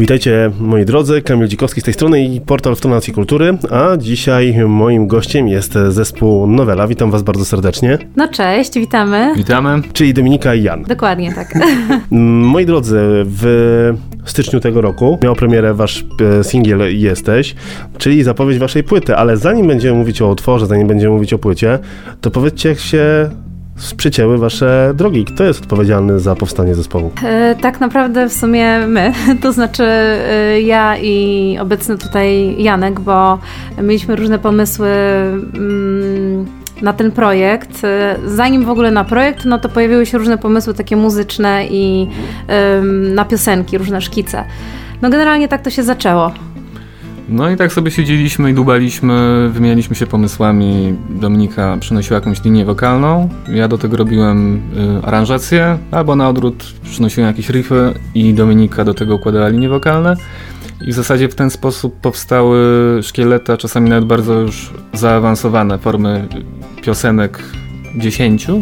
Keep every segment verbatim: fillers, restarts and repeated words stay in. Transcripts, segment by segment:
Witajcie moi drodzy, Kamil Dzikowski z tej strony i portal Wtonacji Kultury, a dzisiaj moim gościem jest zespół Nowela. Witam was bardzo serdecznie. No cześć, witamy. Witamy. Czyli Dominika i Jan. Dokładnie tak. Moi drodzy, w styczniu tego roku miał premierę wasz singiel Jesteś, czyli zapowiedź waszej płyty, ale zanim będziemy mówić o utworze, zanim będziemy mówić o płycie, to powiedzcie, jak się sprzycięły wasze drogi. Kto jest odpowiedzialny za powstanie zespołu? E, tak naprawdę w sumie my, to znaczy e, ja i obecny tutaj Janek, bo mieliśmy różne pomysły mm, na ten projekt. E, zanim w ogóle na projekt, no to pojawiły się różne pomysły takie muzyczne i e, na piosenki, różne szkice. No generalnie tak to się zaczęło. No i tak sobie siedzieliśmy i dubaliśmy, wymienialiśmy się pomysłami. Dominika przynosiła jakąś linię wokalną, ja do tego robiłem y, aranżację, albo na odwrót przynosiłem jakieś riffy i Dominika do tego układała linie wokalne. I w zasadzie w ten sposób powstały szkielety, a czasami nawet bardzo już zaawansowane formy piosenek dziesięciu.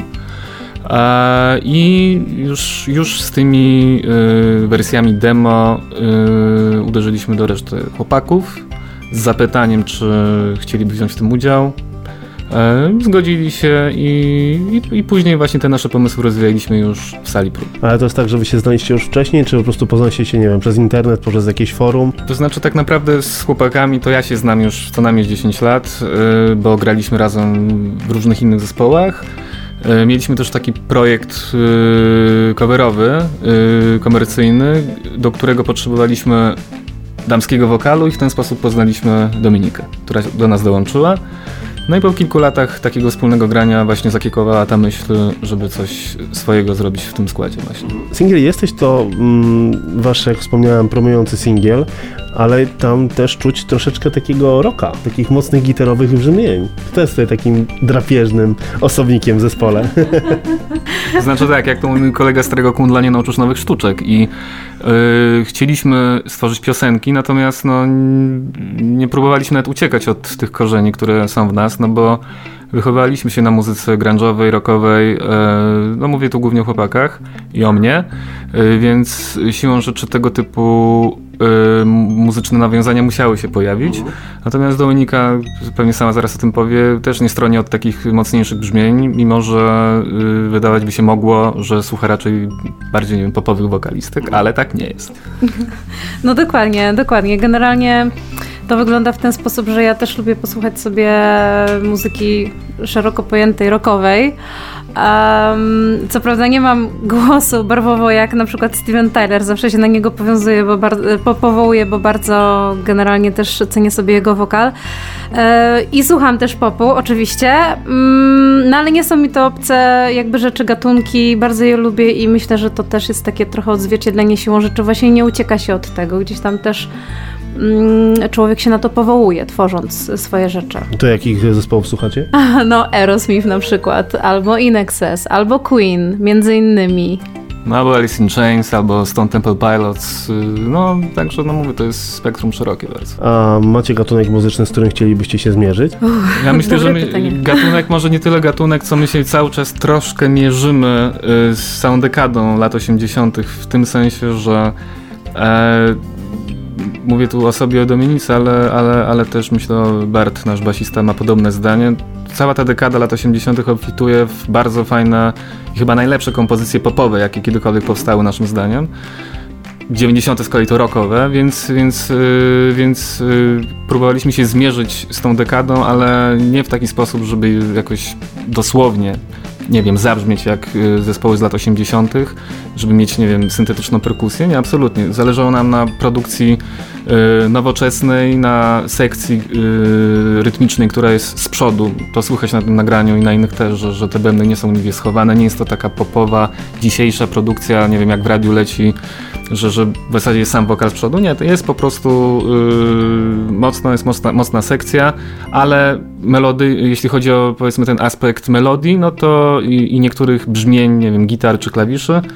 I już, już z tymi y, wersjami demo y, uderzyliśmy do reszty chłopaków z zapytaniem, czy chcieliby wziąć w tym udział. Y, zgodzili się i, i, i później właśnie te nasze pomysły rozwijaliśmy już w sali prób. Ale to jest tak, że wy się znaliście już wcześniej, czy po prostu poznaliście się, nie wiem, przez internet, przez jakieś forum? To znaczy tak naprawdę z chłopakami to ja się znam już co najmniej dziesięć lat, y, bo graliśmy razem w różnych innych zespołach. Mieliśmy też taki projekt yy, coverowy, yy, komercyjny, do którego potrzebowaliśmy damskiego wokalu i w ten sposób poznaliśmy Dominikę, która do nas dołączyła. No i po kilku latach takiego wspólnego grania właśnie zakiekowała ta myśl, żeby coś swojego zrobić w tym składzie właśnie. Singiel Jesteś to mm, wasz, jak wspomniałem, promujący singiel, ale tam też czuć troszeczkę takiego rocka, takich mocnych gitarowych brzmień. Kto jest tutaj takim drapieżnym osobnikiem w zespole? To znaczy tak, jak to mój kolega starego kundla nie nauczysz nowych sztuczek i yy, chcieliśmy stworzyć piosenki, natomiast no, nie próbowaliśmy nawet uciekać od tych korzeni, które są w nas, no bo wychowaliśmy się na muzyce grunge'owej, rockowej, yy, no mówię tu głównie o chłopakach i o mnie, yy, więc siłą rzeczy tego typu yy, muzyczne nawiązania musiały się pojawić. Natomiast Dominika, pewnie sama zaraz o tym powie, też nie stroni od takich mocniejszych brzmień, mimo że yy, wydawać by się mogło, że słucha raczej bardziej, nie wiem, popowych wokalistek, ale tak nie jest. No dokładnie, dokładnie. Generalnie to wygląda w ten sposób, że ja też lubię posłuchać sobie muzyki szeroko pojętej, rockowej. Um, co prawda nie mam głosu barwowo jak na przykład Steven Tyler, zawsze się na niego powiązuję, bo bar- po- powołuję, bo bardzo generalnie też cenię sobie jego wokal. E, I słucham też popu, oczywiście, mm, no ale nie są mi to obce jakby rzeczy, gatunki, bardzo je lubię i myślę, że to też jest takie trochę odzwierciedlenie siłą rzeczy, właśnie nie ucieka się od tego, gdzieś tam też człowiek się na to powołuje, tworząc swoje rzeczy. To jakich zespołów słuchacie? No Aerosmith na przykład, albo In Excess, albo Queen, między innymi. No albo Alice in Chains, albo Stone Temple Pilots, no także no mówię, to jest spektrum szerokie bardzo. A macie gatunek muzyczny, z którym chcielibyście się zmierzyć? Uff, ja myślę, że my, pytanie. gatunek, może nie tyle gatunek, co my się cały czas troszkę mierzymy y, z całą dekadą lat osiemdziesiątych, w tym sensie, że e, mówię tu o sobie, o Dominice, ale, ale, ale też myślę, Bart, nasz basista, ma podobne zdanie. Cała ta dekada lat osiemdziesiątych obfituje w bardzo fajne i chyba najlepsze kompozycje popowe, jakie kiedykolwiek powstały naszym zdaniem. dziewięćdziesiąte z kolei to rockowe, więc, więc, yy, więc yy, próbowaliśmy się zmierzyć z tą dekadą, ale nie w taki sposób, żeby jakoś dosłownie, nie wiem, zabrzmieć jak y, zespoły z lat osiemdziesiątych, żeby mieć, nie wiem, syntetyczną perkusję. Nie, absolutnie. Zależało nam na produkcji y, nowoczesnej, na sekcji y, rytmicznej, która jest z przodu. To słychać na tym nagraniu i na innych też, że, że te bębny nie są nigdzie schowane. Nie jest to taka popowa, dzisiejsza produkcja, nie wiem, jak w radiu leci, że, że w zasadzie jest sam wokal z przodu. Nie, to jest po prostu yy, mocno, jest mocna, mocna sekcja, ale melody, jeśli chodzi o, powiedzmy, ten aspekt melodii, no to i, i niektórych brzmień, nie wiem, gitar czy klawiszy,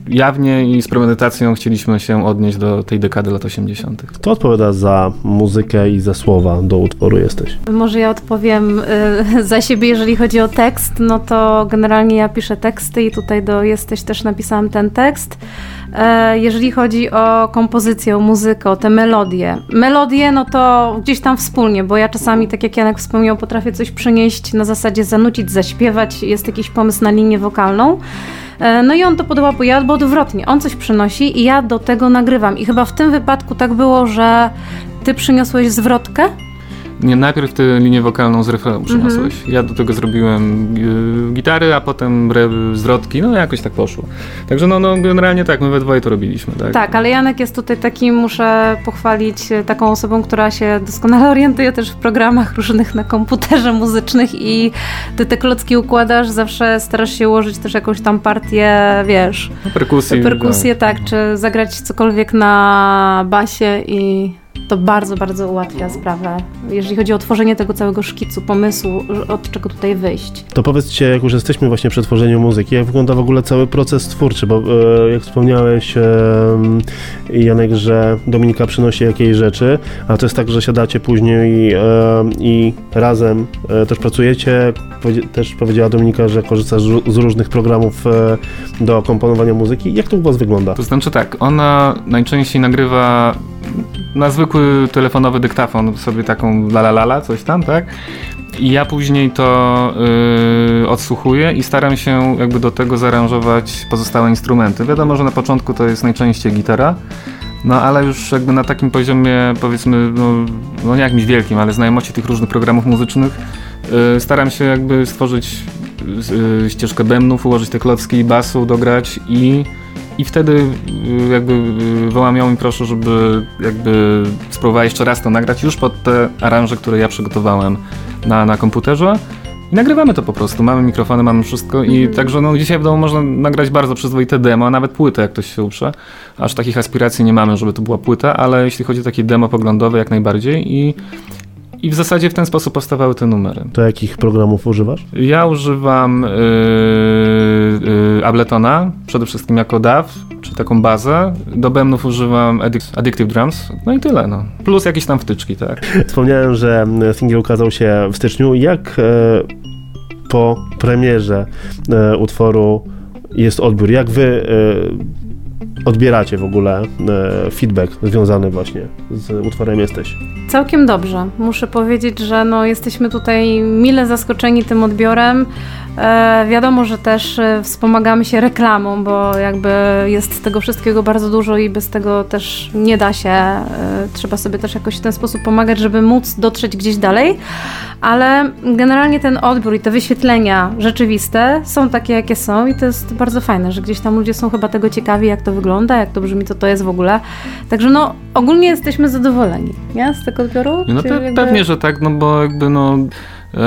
jawnie i z premedytacją chcieliśmy się odnieść do tej dekady lat osiemdziesiątych. Kto odpowiada za muzykę i za słowa do utworu Jesteś? Może ja odpowiem y, za siebie, jeżeli chodzi o tekst, no to generalnie ja piszę teksty i tutaj do Jesteś też napisałam ten tekst. E, jeżeli chodzi o kompozycję, o muzykę, o te melodie. Melodie, no to gdzieś tam wspólnie, bo ja czasami, tak jak Janek wspomniał, potrafię coś przynieść na zasadzie zanucić, zaśpiewać, jest jakiś pomysł na linię wokalną. E, no i on to podołapuje, albo odwrotnie, on coś przynosi i ja do tego nagrywam. I chyba w tym wypadku tak było, że ty przyniosłeś zwrotkę. Nie, najpierw tę linię wokalną z refrenu przyniosłeś. Mm-hmm. Ja do tego zrobiłem y, gitary, a potem re- zwrotki, no jakoś tak poszło. Także no, no generalnie tak, my we dwoje to robiliśmy. Tak? tak, ale Janek jest tutaj takim, muszę pochwalić, taką osobą, która się doskonale orientuje też w programach różnych na komputerze muzycznych i ty te klocki układasz, zawsze starasz się ułożyć też jakąś tam partię, wiesz, no, perkusji, perkusję, tak, czy zagrać cokolwiek na basie i to bardzo, bardzo ułatwia sprawę, jeżeli chodzi o tworzenie tego całego szkicu, pomysłu, od czego tutaj wyjść. To powiedzcie, jak już jesteśmy właśnie przy tworzeniu muzyki, jak wygląda w ogóle cały proces twórczy, bo e, jak wspomniałeś, e, Janek, że Dominika przynosi jakieś rzeczy, a to jest tak, że siadacie później e, i razem e, też pracujecie. Powie, też powiedziała Dominika, że korzystasz z różnych programów e, do komponowania muzyki. Jak to u was wygląda? To znaczy tak, ona najczęściej nagrywa na zwykły telefonowy dyktafon sobie taką la la la la, coś tam, tak? I ja później to yy, odsłuchuję i staram się jakby do tego zaaranżować pozostałe instrumenty. Wiadomo, że na początku to jest najczęściej gitara, no ale już jakby na takim poziomie, powiedzmy, no, no nie jakimś wielkim, ale znajomości tych różnych programów muzycznych, yy, staram się jakby stworzyć yy, ścieżkę bębnów, ułożyć te klocki basu, dograć i I wtedy jakby wołam ją i proszę, żeby jakby spróbowała jeszcze raz to nagrać już pod te aranże, które ja przygotowałem na, na komputerze. I nagrywamy to po prostu. Mamy mikrofony, mamy wszystko i mm. także no, dzisiaj w domu można nagrać bardzo przyzwoite demo, a nawet płytę, jak ktoś się uprze. Aż takich aspiracji nie mamy, żeby to była płyta, ale jeśli chodzi o takie demo poglądowe, jak najbardziej. I I w zasadzie w ten sposób powstawały te numery. To jakich programów używasz? Ja używam yy, yy, Abletona, przede wszystkim jako D A W, czy taką bazę. Do bębnów używam Addic- Addictive Drums, no i tyle. No. Plus jakieś tam wtyczki, tak. Wspomniałem, że singiel ukazał się w styczniu. Jak e, po premierze e, utworu jest odbiór? Jak wy e, odbieracie w ogóle e, feedback związany właśnie z utworem Jesteś? Całkiem dobrze. Muszę powiedzieć, że no, jesteśmy tutaj mile zaskoczeni tym odbiorem. E, wiadomo, że też e, wspomagamy się reklamą, bo jakby jest tego wszystkiego bardzo dużo i bez tego też nie da się. E, trzeba sobie też jakoś w ten sposób pomagać, żeby móc dotrzeć gdzieś dalej. Ale generalnie ten odbiór i te wyświetlenia rzeczywiste są takie, jakie są i to jest bardzo fajne, że gdzieś tam ludzie są chyba tego ciekawi, jak to wygląda, jak to brzmi, co to jest w ogóle. Także no, ogólnie jesteśmy zadowoleni, nie? Z tego odbioru? No pe- jakby... Pewnie, że tak, no bo jakby no yy,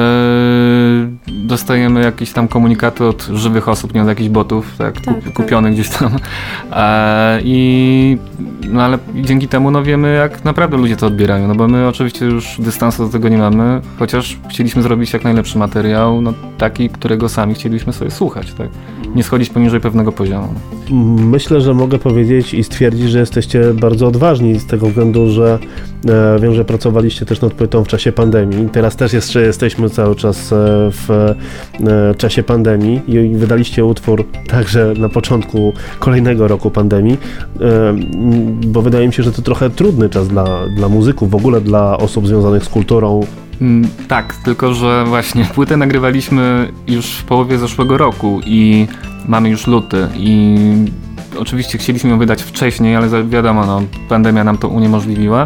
dostajemy jakieś tam komunikaty od żywych osób, nie od jakichś botów, tak, tak, kup- kupionych tak. gdzieś tam. E, I no ale dzięki temu no wiemy, jak naprawdę ludzie to odbierają, no bo my oczywiście już dystansu do tego nie mamy, chociaż chcieliśmy zrobić jak najlepszy materiał, no taki, którego sami chcieliśmy sobie słuchać, tak, nie schodzić poniżej pewnego poziomu. Myślę, że mogę powiedzieć i stwierdzić, że jesteście bardzo odważni z tego względu, że e, wiem, że pracowaliście też nad płytą w czasie pandemii. Teraz też jeszcze jesteśmy cały czas w e, czasie pandemii i wydaliście utwór także na początku kolejnego roku pandemii, e, bo wydaje mi się, że to trochę trudny czas dla, dla muzyków, w ogóle dla osób związanych z kulturą. Mm, tak, tylko że właśnie płytę nagrywaliśmy już w połowie zeszłego roku i mamy już luty i oczywiście chcieliśmy ją wydać wcześniej, ale wiadomo, no, pandemia nam to uniemożliwiła.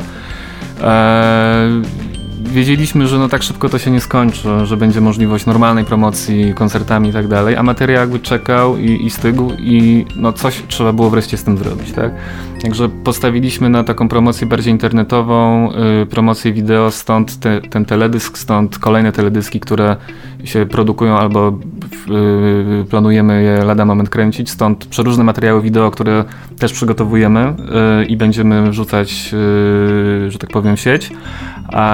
Eee, wiedzieliśmy, że no tak szybko to się nie skończy, że będzie możliwość normalnej promocji, koncertami i tak dalej, a materiał jakby czekał i, i stygł i no coś trzeba było wreszcie z tym zrobić, tak? Także postawiliśmy na taką promocję bardziej internetową, yy, promocję wideo, stąd te, ten teledysk, stąd kolejne teledyski, które się produkują albo yy, planujemy je lada moment kręcić, stąd przeróżne materiały wideo, które też przygotowujemy yy, i będziemy wrzucać, yy, że tak powiem, w sieć. A, no bo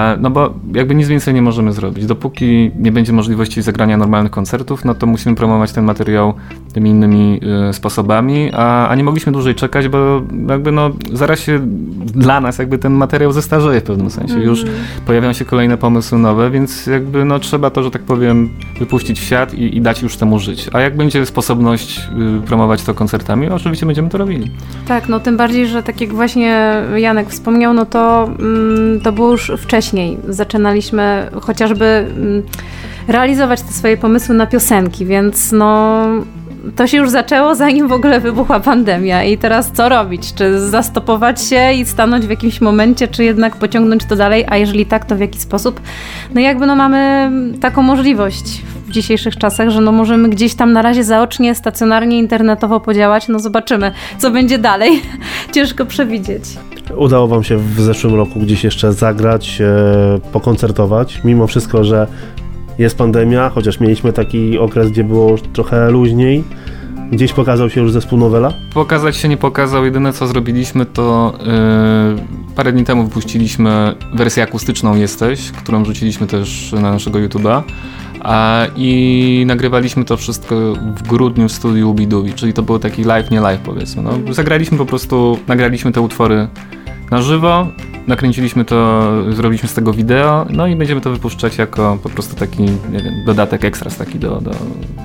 no jakby nic więcej nie możemy zrobić. Dopóki nie będzie możliwości zagrania normalnych koncertów, no to musimy promować ten materiał tymi innymi y, sposobami, a, a nie mogliśmy dłużej czekać, bo jakby no zaraz się dla nas jakby ten materiał zestarzeje w pewnym sensie. Mm. Już pojawiają się kolejne pomysły nowe, więc jakby no trzeba to, że tak powiem, wypuścić w świat i, i dać już temu żyć. A jak będzie sposobność y, promować to koncertami, oczywiście będziemy to robili. Tak, no tym bardziej, że tak jak właśnie Janek wspomniał, no to, mm, to było już wcześniej. Zaczynaliśmy chociażby mm, realizować te swoje pomysły na piosenki, więc no to się już zaczęło, zanim w ogóle wybuchła pandemia. I teraz co robić? Czy zastopować się i stanąć w jakimś momencie, czy jednak pociągnąć to dalej? A jeżeli tak, to w jaki sposób? No jakby no mamy taką możliwość w dzisiejszych czasach, że no możemy gdzieś tam na razie zaocznie, stacjonarnie, internetowo podziałać. No zobaczymy, co będzie dalej. Ciężko przewidzieć. Udało wam się w zeszłym roku gdzieś jeszcze zagrać, e, pokoncertować, mimo wszystko, że jest pandemia, chociaż mieliśmy taki okres, gdzie było trochę luźniej. Gdzieś pokazał się już zespół Nowela? Pokazać się nie pokazał. Jedyne co zrobiliśmy to yy, parę dni temu wypuściliśmy wersję akustyczną Jesteś, którą wrzuciliśmy też na naszego YouTube'a. A, I nagrywaliśmy to wszystko w grudniu w studiu Ubidubi, czyli to był taki live, nie live powiedzmy. No, zagraliśmy po prostu, nagraliśmy te utwory na żywo, nakręciliśmy to, zrobiliśmy z tego wideo, no i będziemy to wypuszczać jako po prostu taki, nie wiem, dodatek ekstras taki do, do,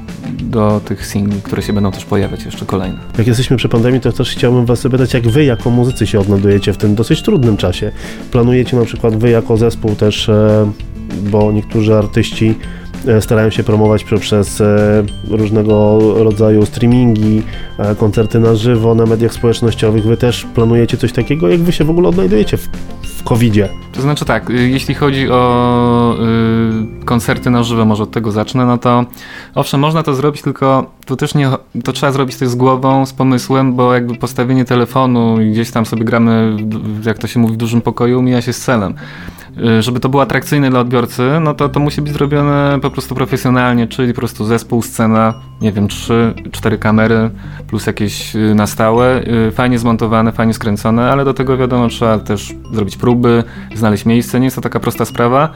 do tych singli, które się będą też pojawiać jeszcze kolejne. Jak jesteśmy przy pandemii, to też chciałbym was zapytać, jak wy jako muzycy się odnajdujecie w tym dosyć trudnym czasie. Planujecie na przykład wy jako zespół też, bo niektórzy artyści starają się promować poprzez różnego rodzaju streamingi, koncerty na żywo, na mediach społecznościowych. Wy też planujecie coś takiego? Jak wy się w ogóle odnajdujecie w, w kowidzie? To znaczy tak, jeśli chodzi o y, koncerty na żywo, może od tego zacznę, no to owszem, można to zrobić, tylko to też nie, to trzeba zrobić coś z głową, z pomysłem, bo jakby postawienie telefonu i gdzieś tam sobie gramy, jak to się mówi, w dużym pokoju, mija się z celem. Żeby to było atrakcyjne dla odbiorcy, no to to musi być zrobione po prostu profesjonalnie, czyli po prostu zespół, scena, nie wiem, trzy, cztery kamery plus jakieś na stałe, fajnie zmontowane, fajnie skręcone, ale do tego wiadomo, trzeba też zrobić próby, znaleźć miejsce, nie jest to taka prosta sprawa.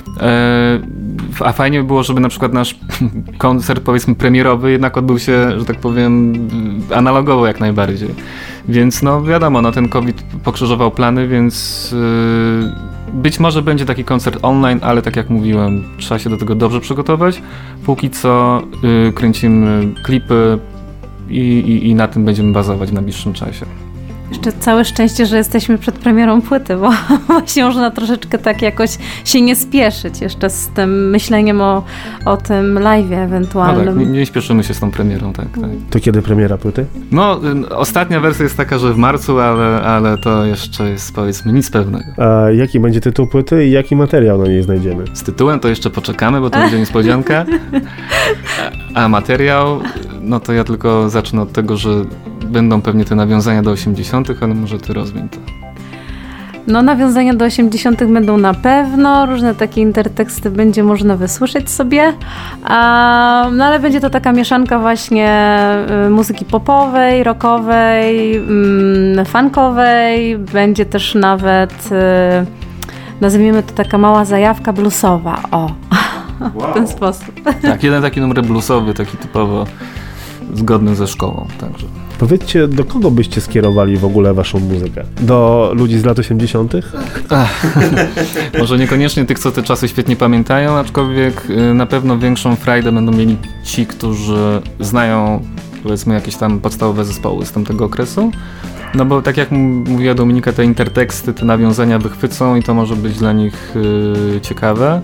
A fajnie by było, żeby na przykład nasz koncert, powiedzmy premierowy, jednak odbył się, że tak powiem, analogowo jak najbardziej. Więc no wiadomo, no ten COVID pokrzyżował plany, więc być może będzie taki koncert online, ale tak jak mówiłem, trzeba się do tego dobrze przygotować. Póki co yy, kręcimy klipy i, i, i na tym będziemy bazować w najbliższym czasie. Jeszcze całe szczęście, że jesteśmy przed premierą płyty, bo właśnie można troszeczkę tak jakoś się nie spieszyć jeszcze z tym myśleniem o, o tym live'ie ewentualnym. No tak, nie, nie spieszymy się z tą premierą, tak, tak. To kiedy premiera płyty? No, y, ostatnia wersja jest taka, że w marcu, ale, ale to jeszcze jest, powiedzmy, nic pewnego. A jaki będzie tytuł płyty i jaki materiał na niej znajdziemy? Z tytułem to jeszcze poczekamy, bo to będzie niespodzianka. A, a materiał, no to ja tylko zacznę od tego, że będą pewnie te nawiązania do osiemdziesiątych, ale może ty rozwiń to. No nawiązania do osiemdziesiątych będą na pewno, różne takie interteksty będzie można wysłyszeć sobie, a, no ale będzie to taka mieszanka właśnie y, muzyki popowej, rockowej, y, funkowej, będzie też nawet, y, nazwijmy to taka mała zajawka bluesowa, o, wow. W ten sposób. Tak, jeden taki numer bluesowy, taki typowo zgodny ze szkołą, także. Powiedzcie, do kogo byście skierowali w ogóle waszą muzykę? Do ludzi z lat osiemdziesiątych? Może niekoniecznie tych, co te czasy świetnie pamiętają, aczkolwiek na pewno większą frajdę będą mieli ci, którzy znają, powiedzmy, jakieś tam podstawowe zespoły z tamtego okresu. No bo tak jak mówiła Dominika, te interteksty, te nawiązania wychwycą i to może być dla nich yy, ciekawe.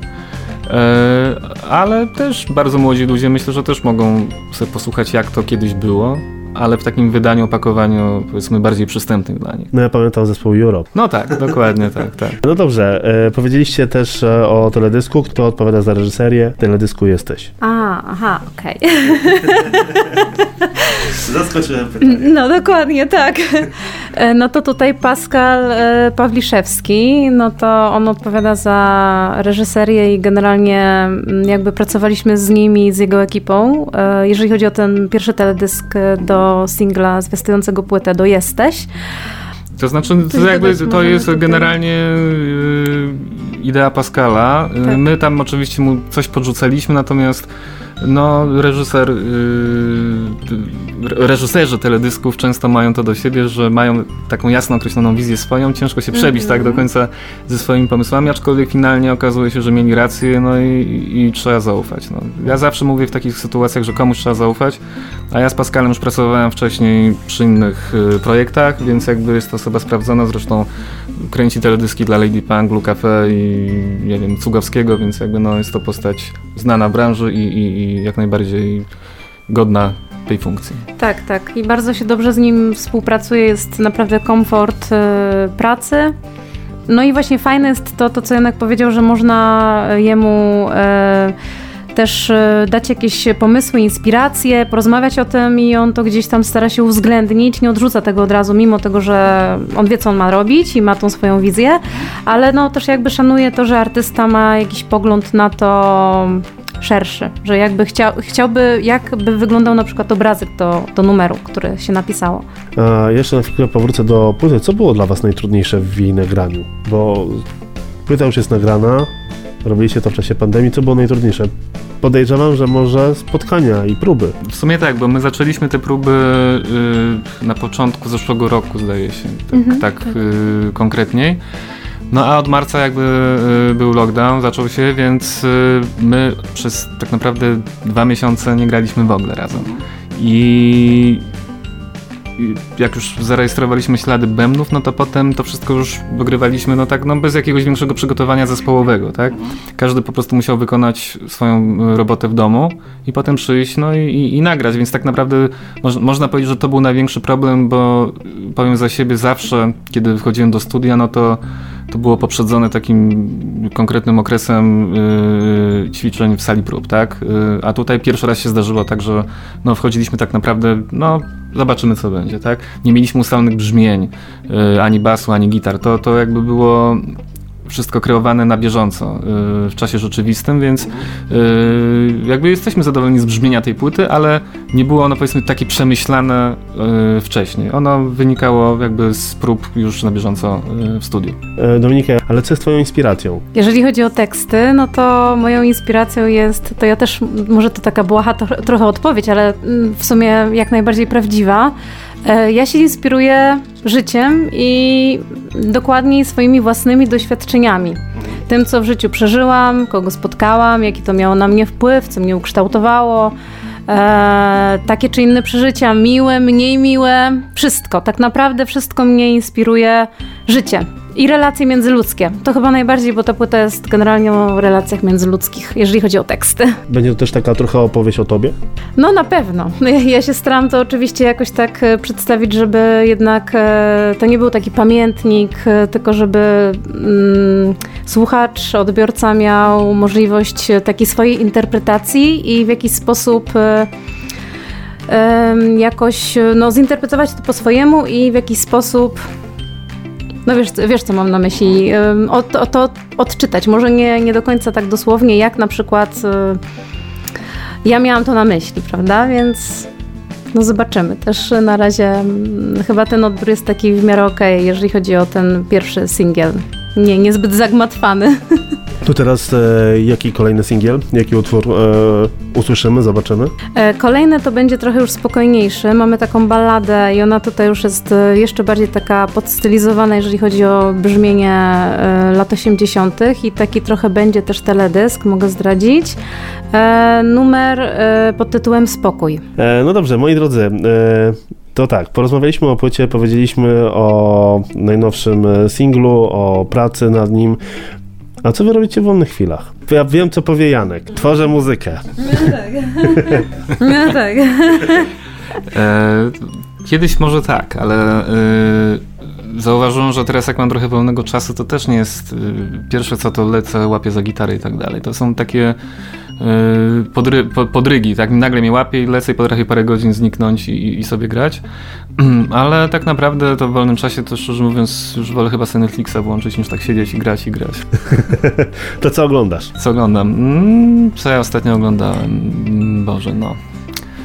Ale też bardzo młodzi ludzie myślę, że też mogą sobie posłuchać, jak to kiedyś było, ale w takim wydaniu, opakowaniu, powiedzmy, bardziej przystępnym dla nich. No ja pamiętam zespół Europe. No tak, dokładnie tak, tak. No dobrze, e, powiedzieliście też e, o teledysku, kto odpowiada za reżyserię. Teledysku jesteś. A, aha, okej. Okay. Zaskoczyłem pytanie. No dokładnie, tak. No to tutaj Pascal Pawliszewski, no to on odpowiada za reżyserię i generalnie jakby pracowaliśmy z nimi, z jego ekipą. Jeżeli chodzi o ten pierwszy teledysk do singla zwiastującego płytę, do Jesteś. To znaczy, to, jakby, to jest generalnie yy, idea Pascala. Tak. My tam oczywiście mu coś podrzucaliśmy, natomiast no, reżyser, yy, reżyserzy teledysków często mają to do siebie, że mają taką jasno określoną wizję swoją, ciężko się przebić mm-hmm. tak do końca ze swoimi pomysłami, aczkolwiek finalnie okazuje się, że mieli rację, no i, i trzeba zaufać. No. Ja zawsze mówię w takich sytuacjach, że komuś trzeba zaufać, a ja z Pascalem już pracowałem wcześniej przy innych y, projektach, więc jakby jest to osoba sprawdzona, zresztą kręci teledyski dla Lady Punk, Blue Cafe i nie wiem, Cugowskiego, więc jakby no, jest to postać znana w branży i, i, i jak najbardziej godna tej funkcji. Tak, tak. I bardzo się dobrze z nim współpracuje, jest naprawdę komfort y, pracy. No i właśnie fajne jest to, to co Janek powiedział, że można jemu y, też y, dać jakieś pomysły, inspiracje, porozmawiać o tym i on to gdzieś tam stara się uwzględnić, nie odrzuca tego od razu, mimo tego, że on wie, co on ma robić i ma tą swoją wizję, ale no też jakby szanuje to, że artysta ma jakiś pogląd na to szerszy, że jakby chciał, chciałby, jakby wyglądał na przykład obrazek do, do numeru, który się napisało. A jeszcze na chwilę powrócę do płyty. Co było dla was najtrudniejsze w jej nagraniu? Bo płyta już jest nagrana, robiliście to w czasie pandemii. Co było najtrudniejsze? Podejrzewam, że może spotkania i próby. W sumie tak, bo my zaczęliśmy te próby y, na początku zeszłego roku, zdaje się, tak, mm-hmm, tak, tak. Y, konkretniej. No a od marca jakby y, był lockdown, zaczął się, więc y, my przez tak naprawdę dwa miesiące nie graliśmy w ogóle razem. I jak już zarejestrowaliśmy ślady bębnów, no to potem to wszystko już dogrywaliśmy, no tak, no bez jakiegoś większego przygotowania zespołowego, tak? Każdy po prostu musiał wykonać swoją robotę w domu i potem przyjść, no i, i, i nagrać, więc tak naprawdę moż, można powiedzieć, że to był największy problem, bo powiem za siebie, zawsze, kiedy wchodziłem do studia, no to to było poprzedzone takim konkretnym okresem yy, ćwiczeń w sali prób, tak? Yy, a tutaj pierwszy raz się zdarzyło tak, że no, wchodziliśmy tak naprawdę, no zobaczymy co będzie, tak? Nie mieliśmy ustalonych brzmień, yy, ani basu, ani gitar. To, to jakby było wszystko kreowane na bieżąco yy, w czasie rzeczywistym, więc yy, jakby jesteśmy zadowoleni z brzmienia tej płyty, ale nie było ono, powiedzmy, takie przemyślane yy, wcześniej. Ono wynikało jakby z prób już na bieżąco yy, w studiu. Dominika, ale co jest twoją inspiracją? Jeżeli chodzi o teksty, no to moją inspiracją jest, to ja też, może to taka błaha to, trochę odpowiedź, ale w sumie jak najbardziej prawdziwa. Ja się inspiruję życiem i dokładniej swoimi własnymi doświadczeniami. Tym, co w życiu przeżyłam, kogo spotkałam, jaki to miało na mnie wpływ, co mnie ukształtowało. E, takie czy inne przeżycia, miłe, mniej miłe, wszystko. Tak naprawdę wszystko mnie inspiruje życie. I relacje międzyludzkie. To chyba najbardziej, bo ta płyta jest generalnie o relacjach międzyludzkich, jeżeli chodzi o teksty. Będzie to też taka trochę opowieść o tobie? No na pewno. Ja się staram to oczywiście jakoś tak przedstawić, żeby jednak to nie był taki pamiętnik, tylko żeby mm, słuchacz, odbiorca miał możliwość takiej swojej interpretacji i w jakiś sposób y, jakoś no, zinterpretować to po swojemu i w jakiś sposób no wiesz, wiesz, co mam na myśli, o, to, to odczytać, może nie, nie do końca tak dosłownie, jak na przykład ja miałam to na myśli, prawda, więc no zobaczymy. Też na razie chyba ten odbiór jest taki w miarę okej, okay, jeżeli chodzi o ten pierwszy singiel, nie, niezbyt zagmatwany. To teraz e, jaki kolejny singiel, jaki utwór e, usłyszymy, zobaczymy? E, kolejny to będzie trochę już spokojniejszy. Mamy taką balladę i ona tutaj już jest jeszcze bardziej taka podstylizowana, jeżeli chodzi o brzmienie e, lat osiemdziesiątych i taki trochę będzie też teledysk, mogę zdradzić. E, numer e, pod tytułem Spokój. E, no dobrze, moi drodzy, e, to tak, porozmawialiśmy o płycie, powiedzieliśmy o najnowszym singlu, o pracy nad nim. A co wy robicie w wolnych chwilach? Ja wiem, co powie Janek. Tworzę muzykę. No tak. No tak. E, kiedyś może tak, ale e, zauważyłem, że teraz jak mam trochę wolnego czasu, to też nie jest e, pierwsze co to lecę, łapię za gitarę i tak dalej. To są takie e, podry, po, podrygi, tak nagle mnie łapie i lecę i potrafię parę godzin zniknąć i, i sobie grać. Ale tak naprawdę to w wolnym czasie to szczerze mówiąc już wolę chyba sobie Netflixa włączyć niż tak siedzieć i grać i grać. To co oglądasz? Co oglądam? Mm, co ja ostatnio oglądałem? Boże, no.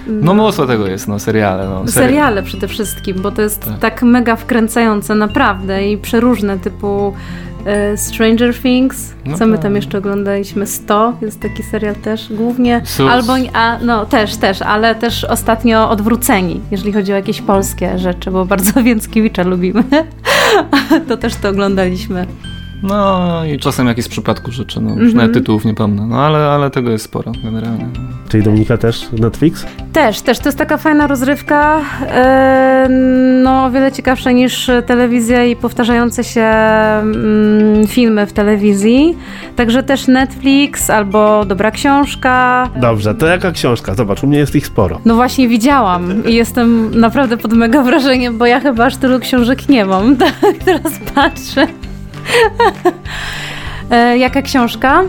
No mnóstwo tego jest, no seriale. No, seri- seriale przede wszystkim, bo to jest tak. tak mega wkręcające, naprawdę i przeróżne, typu e, Stranger Things, no co my tam jeszcze oglądaliśmy, sto, jest taki serial też głównie, Sus. albo, a, no też, też, ale też ostatnio Odwróceni, jeżeli chodzi o jakieś polskie rzeczy, bo bardzo Więckiewicza lubimy, to też to oglądaliśmy. No i czasem jakieś z przypadku rzeczy, no już mm-hmm. nawet tytułów nie pomnę, no ale, ale tego jest sporo generalnie. Czyli Dominika też Netflix? Też, też, to jest taka fajna rozrywka, yy, no o wiele ciekawsza niż telewizja i powtarzające się mm, filmy w telewizji, także też Netflix albo dobra książka. Dobrze, to jaka książka? Zobacz, u mnie jest ich sporo. No właśnie widziałam i jestem naprawdę pod mega wrażeniem, bo ja chyba aż tylu książek nie mam, tak teraz patrzę. e, jaka książka?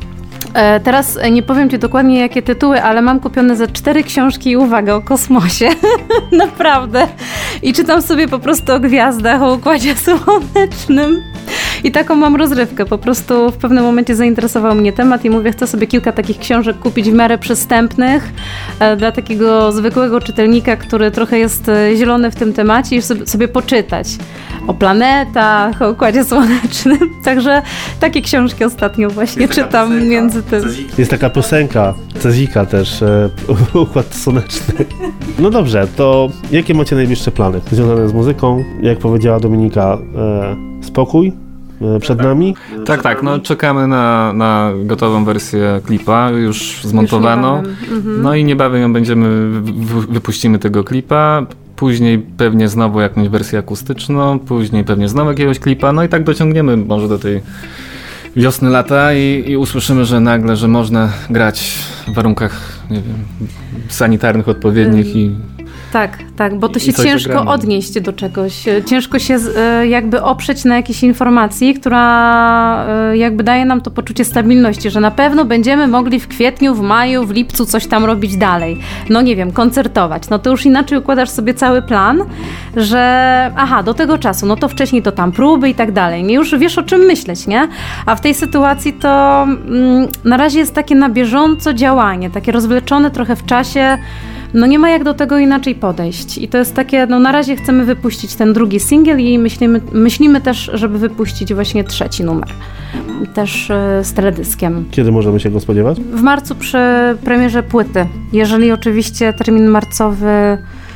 E, teraz nie powiem Ci dokładnie jakie tytuły, ale mam kupione ze cztery książki i uwaga, o kosmosie. Naprawdę. I czytam sobie po prostu o gwiazdach, o Układzie Słonecznym. I taką mam rozrywkę. Po prostu w pewnym momencie zainteresował mnie temat i mówię, chcę sobie kilka takich książek kupić w miarę przystępnych e, dla takiego zwykłego czytelnika, który trochę jest e, zielony w tym temacie i sobie, sobie poczytać o planetach, o Układzie Słonecznym. Także takie książki ostatnio właśnie jest czytam piosenka, między tym. Jest taka piosenka, Cezika też, e, Układ Słoneczny. No dobrze, to jakie macie najbliższe plany związane z muzyką? Jak powiedziała Dominika, e, spokój przed nami? Tak, tak, no czekamy na, na gotową wersję klipa, już zmontowaną. Już mhm. No i niebawem ją będziemy, w, wypuścimy tego klipa. Później pewnie znowu jakąś wersję akustyczną, później pewnie znowu jakiegoś klipa, no i tak dociągniemy może do tej wiosny, lata i, i usłyszymy, że nagle, że można grać w warunkach, nie wiem, sanitarnych odpowiednich hmm. i Tak, tak, bo to się ciężko zagramy. odnieść do czegoś. Ciężko się jakby oprzeć na jakiejś informacji, która jakby daje nam to poczucie stabilności, że na pewno będziemy mogli w kwietniu, w maju, w lipcu coś tam robić dalej. No nie wiem, koncertować. No to już inaczej układasz sobie cały plan, że aha, do tego czasu, no to wcześniej to tam próby i tak dalej. Nie, już wiesz o czym myśleć, nie? A w tej sytuacji to mm, na razie jest takie na bieżąco działanie, takie rozwleczone trochę w czasie. No nie ma jak do tego inaczej podejść i to jest takie, no na razie chcemy wypuścić ten drugi singiel i myślimy, myślimy też, żeby wypuścić właśnie trzeci numer, też y, z teledyskiem. Kiedy możemy się go spodziewać? W marcu przy premierze płyty, jeżeli oczywiście termin marcowy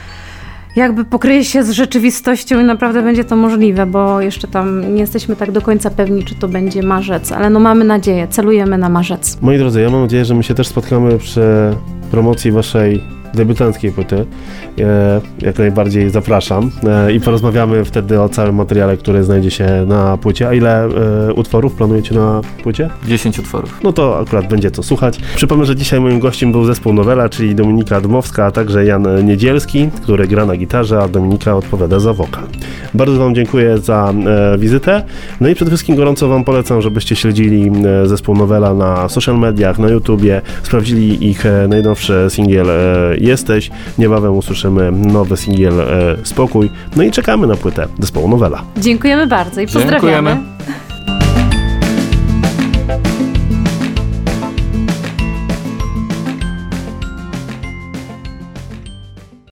jakby pokryje się z rzeczywistością i naprawdę będzie to możliwe, bo jeszcze tam nie jesteśmy tak do końca pewni, czy to będzie marzec, ale no mamy nadzieję, celujemy na marzec. Moi drodzy, ja mam nadzieję, że my się też spotkamy przy promocji waszej debiutanckiej płyty. E, jak najbardziej zapraszam e, i porozmawiamy wtedy o całym materiale, który znajdzie się na płycie. A ile e, utworów planujecie na płycie? dziesięć utworów. No to akurat będzie co słuchać. Przypomnę, że dzisiaj moim gościem był zespół Nowela, czyli Dominika Dmowska, a także Jan Niedzielski, który gra na gitarze, a Dominika odpowiada za wokal. Bardzo wam dziękuję za e, wizytę. No i przede wszystkim gorąco wam polecam, żebyście śledzili e, zespół Nowela na social mediach, na YouTubie, sprawdzili ich e, najnowszy singiel e, Jesteś. Niebawem usłyszymy nowy singiel e, Spokój. No i czekamy na płytę zespołu Nowela. Dziękujemy bardzo i pozdrawiamy. Dziękujemy.